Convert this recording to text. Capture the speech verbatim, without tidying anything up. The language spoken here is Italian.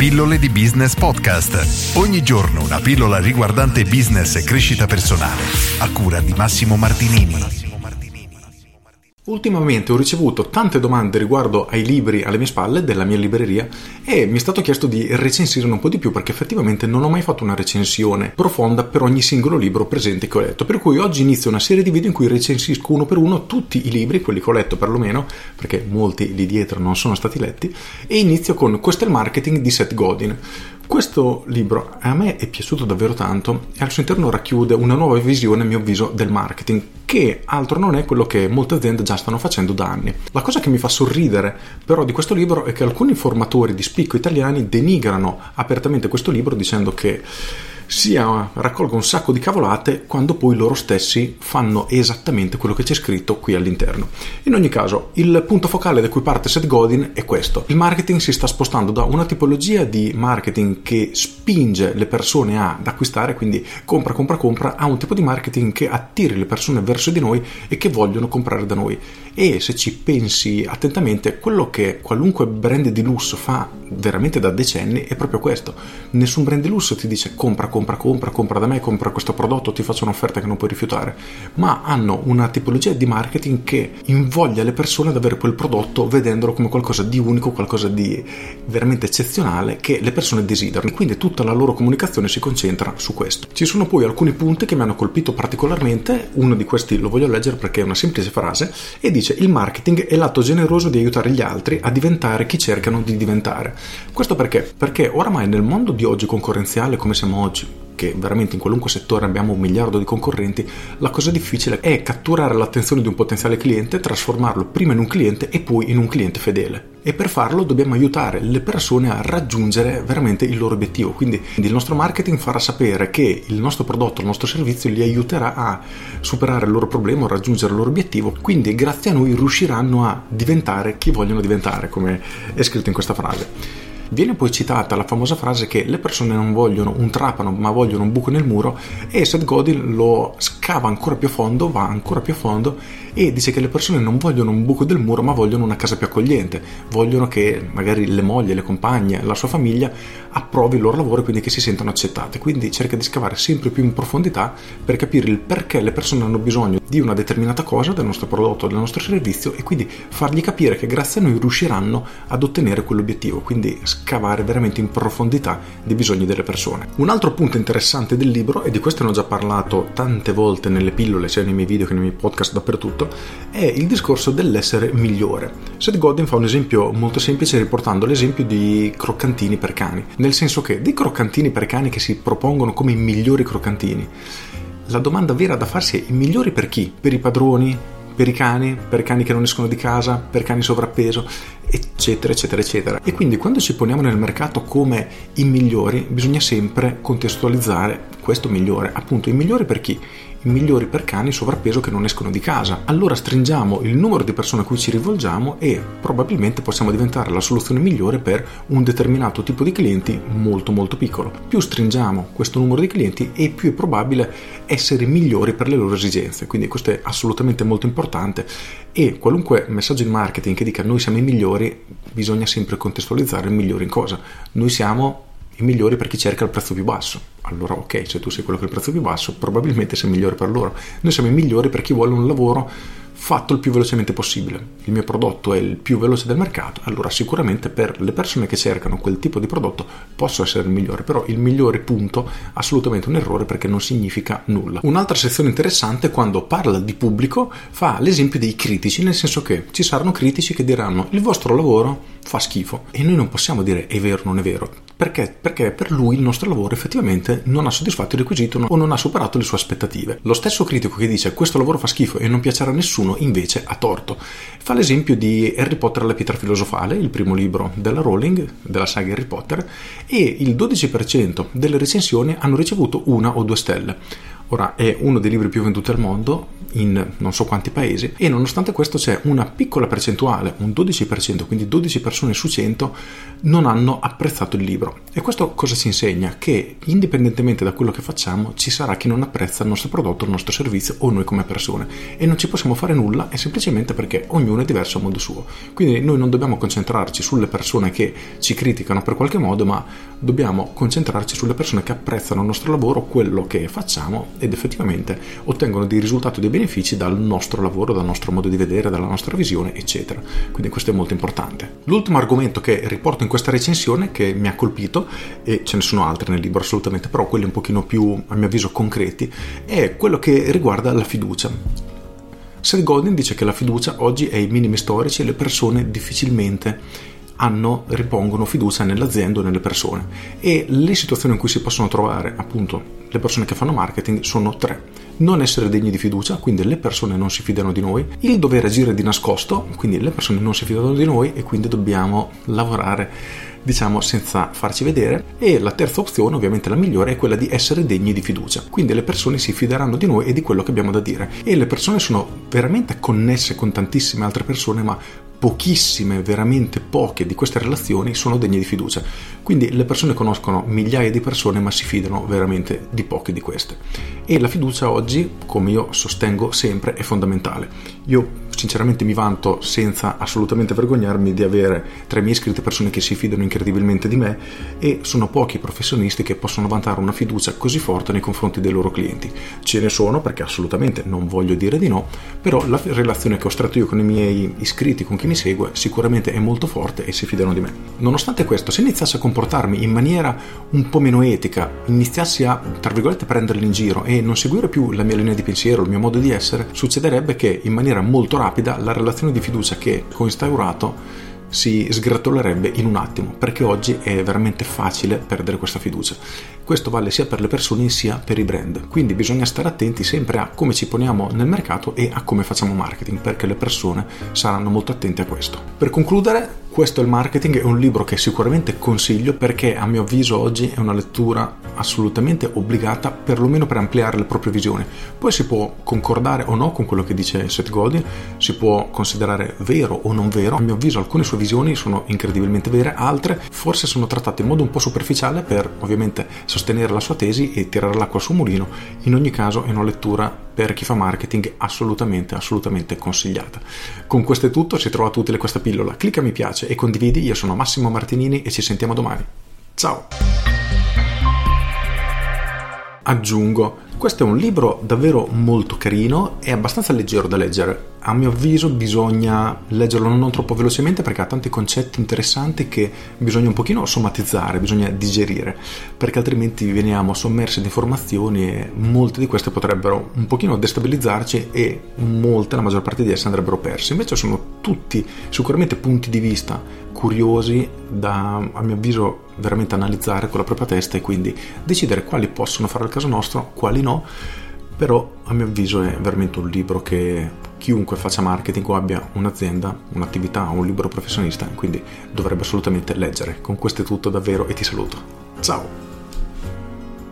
Pillole di Business Podcast. Ogni giorno una pillola riguardante business e crescita personale, a cura di Massimo Martinini. Ultimamente ho ricevuto tante domande riguardo ai libri alle mie spalle della mia libreria e mi è stato chiesto di recensirne un po' di più, perché effettivamente non ho mai fatto una recensione profonda per ogni singolo libro presente che ho letto, per cui oggi inizio una serie di video in cui recensisco uno per uno tutti i libri, quelli che ho letto perlomeno, perché molti lì dietro non sono stati letti, e inizio con Questo è il marketing di Seth Godin. Questo libro a me è piaciuto davvero tanto e al suo interno racchiude una nuova visione, a mio avviso, del marketing, che altro non è quello che molte aziende già stanno facendo da anni. La cosa che mi fa sorridere però di questo libro è che alcuni formatori di spicco italiani denigrano apertamente questo libro dicendo che sia raccolga un sacco di cavolate quando poi loro stessi fanno esattamente quello che c'è scritto qui all'interno. In ogni caso, il punto focale da cui parte Seth Godin è questo: il marketing si sta spostando da una tipologia di marketing che spinge le persone ad acquistare, quindi compra, compra, compra, a un tipo di marketing che attiri le persone verso di noi e che vogliono comprare da noi. E se ci pensi attentamente, quello che qualunque brand di lusso fa veramente da decenni è proprio questo. Nessun brand di lusso ti dice compra, compra, compra, compra da me, compra questo prodotto, ti faccio un'offerta che non puoi rifiutare, ma hanno una tipologia di marketing che invoglia le persone ad avere quel prodotto vedendolo come qualcosa di unico, qualcosa di veramente eccezionale che le persone desiderano, quindi tutta la loro comunicazione si concentra su questo. Ci sono poi alcuni punti che mi hanno colpito particolarmente, uno di questi lo voglio leggere perché è una semplice frase e dice: il marketing è l'atto generoso di aiutare gli altri a diventare chi cercano di diventare. Questo perché? Perché oramai nel mondo di oggi concorrenziale come siamo oggi, che veramente in qualunque settore abbiamo un miliardo di concorrenti, la cosa difficile è catturare l'attenzione di un potenziale cliente, trasformarlo prima in un cliente e poi in un cliente fedele. E per farlo dobbiamo aiutare le persone a raggiungere veramente il loro obiettivo. Quindi il nostro marketing farà sapere che il nostro prodotto, il nostro servizio li aiuterà a superare il loro problema, a raggiungere il loro obiettivo. Quindi grazie a noi riusciranno a diventare chi vogliono diventare, come è scritto in questa frase. Viene poi citata la famosa frase che le persone non vogliono un trapano ma vogliono un buco nel muro, e Seth Godin lo scava ancora più a fondo, va ancora più a fondo e dice che le persone non vogliono un buco del muro ma vogliono una casa più accogliente, vogliono che magari le mogli, le compagne, la sua famiglia approvi il loro lavoro e quindi che si sentano accettate. Quindi cerca di scavare sempre più in profondità per capire il perché le persone hanno bisogno di una determinata cosa, del nostro prodotto, del nostro servizio, e quindi fargli capire che grazie a noi riusciranno ad ottenere quell'obiettivo. Quindi scavare veramente in profondità dei bisogni delle persone. Un altro punto interessante del libro, e di questo ne ho già parlato tante volte nelle pillole, sia nei miei video che nei miei podcast, dappertutto, è il discorso dell'essere migliore. Seth Godin fa un esempio molto semplice riportando l'esempio di croccantini per cani, nel senso che dei croccantini per cani che si propongono come i migliori croccantini, la domanda vera da farsi è: i migliori per chi? Per i padroni? Per i cani, per i cani che non escono di casa, per cani sovrappeso, eccetera eccetera eccetera. E quindi quando ci poniamo nel mercato come i migliori bisogna sempre contestualizzare questo migliore, appunto i migliori per chi? I migliori per cani sovrappeso che non escono di casa. Allora stringiamo il numero di persone a cui ci rivolgiamo e probabilmente possiamo diventare la soluzione migliore per un determinato tipo di clienti molto molto piccolo. Più stringiamo questo numero di clienti e più è probabile essere migliori per le loro esigenze. Quindi questo è assolutamente molto importante, e qualunque messaggio di marketing che dica noi siamo i migliori bisogna sempre contestualizzare il migliore in cosa. Noi siamo i migliori per chi cerca il prezzo più basso. Allora ok, se tu sei quello che ha il prezzo più basso probabilmente sei migliore per loro. Noi siamo i migliori per chi vuole un lavoro fatto il più velocemente possibile. Il mio prodotto è il più veloce del mercato, allora sicuramente per le persone che cercano quel tipo di prodotto posso essere il migliore, però il migliore punto assolutamente un errore, perché non significa nulla. Un'altra sezione interessante, quando parla di pubblico, fa l'esempio dei critici, nel senso che ci saranno critici che diranno il vostro lavoro fa schifo, e noi non possiamo dire è vero o non è vero. Perché? Perché per lui il nostro lavoro effettivamente non ha soddisfatto il requisito o non ha superato le sue aspettative. Lo stesso critico che dice questo lavoro fa schifo e non piacerà a nessuno invece ha torto. Fa l'esempio di Harry Potter e la pietra filosofale, il primo libro della Rowling, della saga Harry Potter, e il dodici per cento delle recensioni hanno ricevuto una o due stelle. Ora è uno dei libri più venduti al mondo in non so quanti paesi, e nonostante questo c'è una piccola percentuale, un dodici per cento, quindi dodici persone su cento non hanno apprezzato il libro. E questo cosa ci insegna? Che indipendentemente da quello che facciamo ci sarà chi non apprezza il nostro prodotto, il nostro servizio o noi come persone, e non ci possiamo fare nulla, è semplicemente perché ognuno è diverso a modo suo. Quindi noi non dobbiamo concentrarci sulle persone che ci criticano per qualche modo, ma dobbiamo concentrarci sulle persone che apprezzano il nostro lavoro, quello che facciamo, ed effettivamente ottengono dei risultati, dei benefici dal nostro lavoro, dal nostro modo di vedere, dalla nostra visione, eccetera. Quindi questo è molto importante. L'ultimo argomento che riporto in questa recensione, che mi ha colpito, e ce ne sono altri nel libro assolutamente, però quelli un pochino più, a mio avviso, concreti, è quello che riguarda la fiducia. Seth Godin dice che la fiducia oggi è ai minimi storici e le persone difficilmente hanno, ripongono fiducia nell'azienda o nelle persone, e le situazioni in cui si possono trovare appunto le persone che fanno marketing sono tre: non essere degni di fiducia, quindi le persone non si fidano di noi; il dover agire di nascosto, quindi le persone non si fidano di noi e quindi dobbiamo lavorare, diciamo, senza farci vedere; e la terza opzione, ovviamente la migliore, è quella di essere degni di fiducia, quindi le persone si fideranno di noi e di quello che abbiamo da dire, e le persone sono veramente connesse con tantissime altre persone, ma pochissime, veramente poche di queste relazioni sono degne di fiducia. Quindi le persone conoscono migliaia di persone, ma si fidano veramente di poche di queste. E la fiducia oggi, come io sostengo sempre, è fondamentale. Io sinceramente mi vanto, senza assolutamente vergognarmi, di avere tra i miei iscritti persone che si fidano incredibilmente di me, e sono pochi i professionisti che possono vantare una fiducia così forte nei confronti dei loro clienti. Ce ne sono, perché assolutamente non voglio dire di no, però la relazione che ho stretto io con i miei iscritti, con chi mi segue, sicuramente è molto forte e si fidano di me. Nonostante questo, se iniziassi a comportarmi in maniera un po' meno etica, iniziassi a, tra virgolette, prenderli in giro e non seguire più la mia linea di pensiero, il mio modo di essere, succederebbe che in maniera molto rapida la relazione di fiducia che ho instaurato si sgretolerebbe in un attimo, perché oggi è veramente facile perdere questa fiducia. Questo vale sia per le persone sia per i brand, quindi bisogna stare attenti sempre a come ci poniamo nel mercato e a come facciamo marketing, perché le persone saranno molto attente a questo. Per concludere, questo è il marketing, è un libro che sicuramente consiglio, perché a mio avviso oggi è una lettura assolutamente obbligata, perlomeno per ampliare le proprie visioni. Poi si può concordare o no con quello che dice Seth Godin, si può considerare vero o non vero. A mio avviso alcune sue visioni sono incredibilmente vere, altre forse sono trattate in modo un po' superficiale per ovviamente sostenere la sua tesi e tirare l'acqua al suo mulino. In ogni caso è una lettura per chi fa marketing assolutamente, assolutamente consigliata. Con questo è tutto, se hai trovato utile questa pillola clicca mi piace e condividi. Io sono Massimo Martinini e ci sentiamo domani. Ciao! Aggiungo, questo è un libro davvero molto carino e abbastanza leggero da leggere. A mio avviso bisogna leggerlo non troppo velocemente, perché ha tanti concetti interessanti che bisogna un pochino somatizzare, bisogna digerire, perché altrimenti veniamo sommersi di informazioni e molte di queste potrebbero un pochino destabilizzarci e molte, la maggior parte di esse, andrebbero perse. Invece sono tutti sicuramente punti di vista curiosi da, a mio avviso, veramente analizzare con la propria testa e quindi decidere quali possono fare al caso nostro, quali no. Però a mio avviso è veramente un libro che chiunque faccia marketing o abbia un'azienda, un'attività o un libero professionista, quindi dovrebbe assolutamente leggere. Con questo è tutto davvero e ti saluto. Ciao!